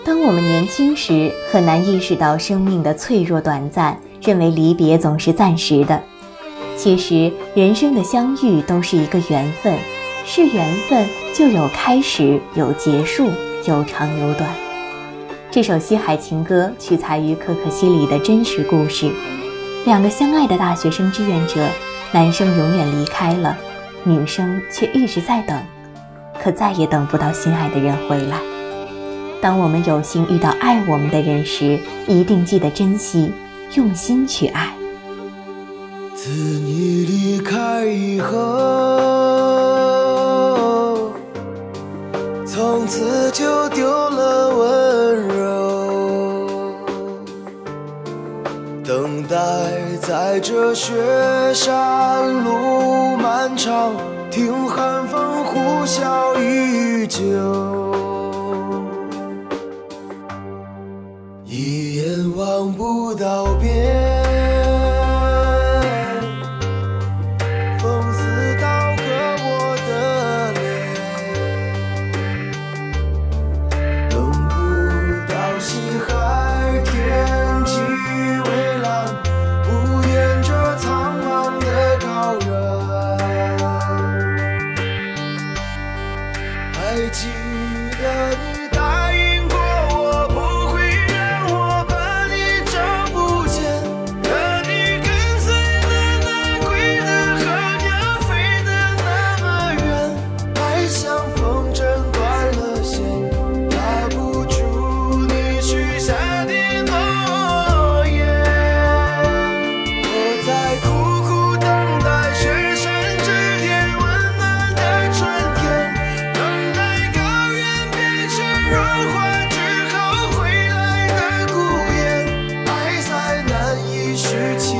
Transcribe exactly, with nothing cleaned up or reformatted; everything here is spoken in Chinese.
当我们年轻时，很难意识到生命的脆弱短暂，认为离别总是暂时的。其实人生的相遇都是一个缘分，是缘分就有开始，有结束，有长有短。这首西海情歌取材于可可西里的真实故事，两个相爱的大学生志愿者，男生永远离开了，女生却一直在等，可再也等不到心爱的人回来。当我们有幸遇到爱我们的人时，一定记得珍惜，用心去爱。 自你离开以后，从此就丢了温柔，等待在这雪山路漫长，听寒风呼啸依旧，一眼望不到边，风似刀割我的脸，等不到西海天际蔚蓝，不愿这苍茫的高原。还记得你答应过我，不会让我把你找不见，可你跟随的那归的候鸟飞得那么远，爱像风筝断了线，拉不住你许下的诺言。我在苦苦等待雪山之巅温暖的春天，等待高原变成融化之后回来的孤雁，爱在难以续期。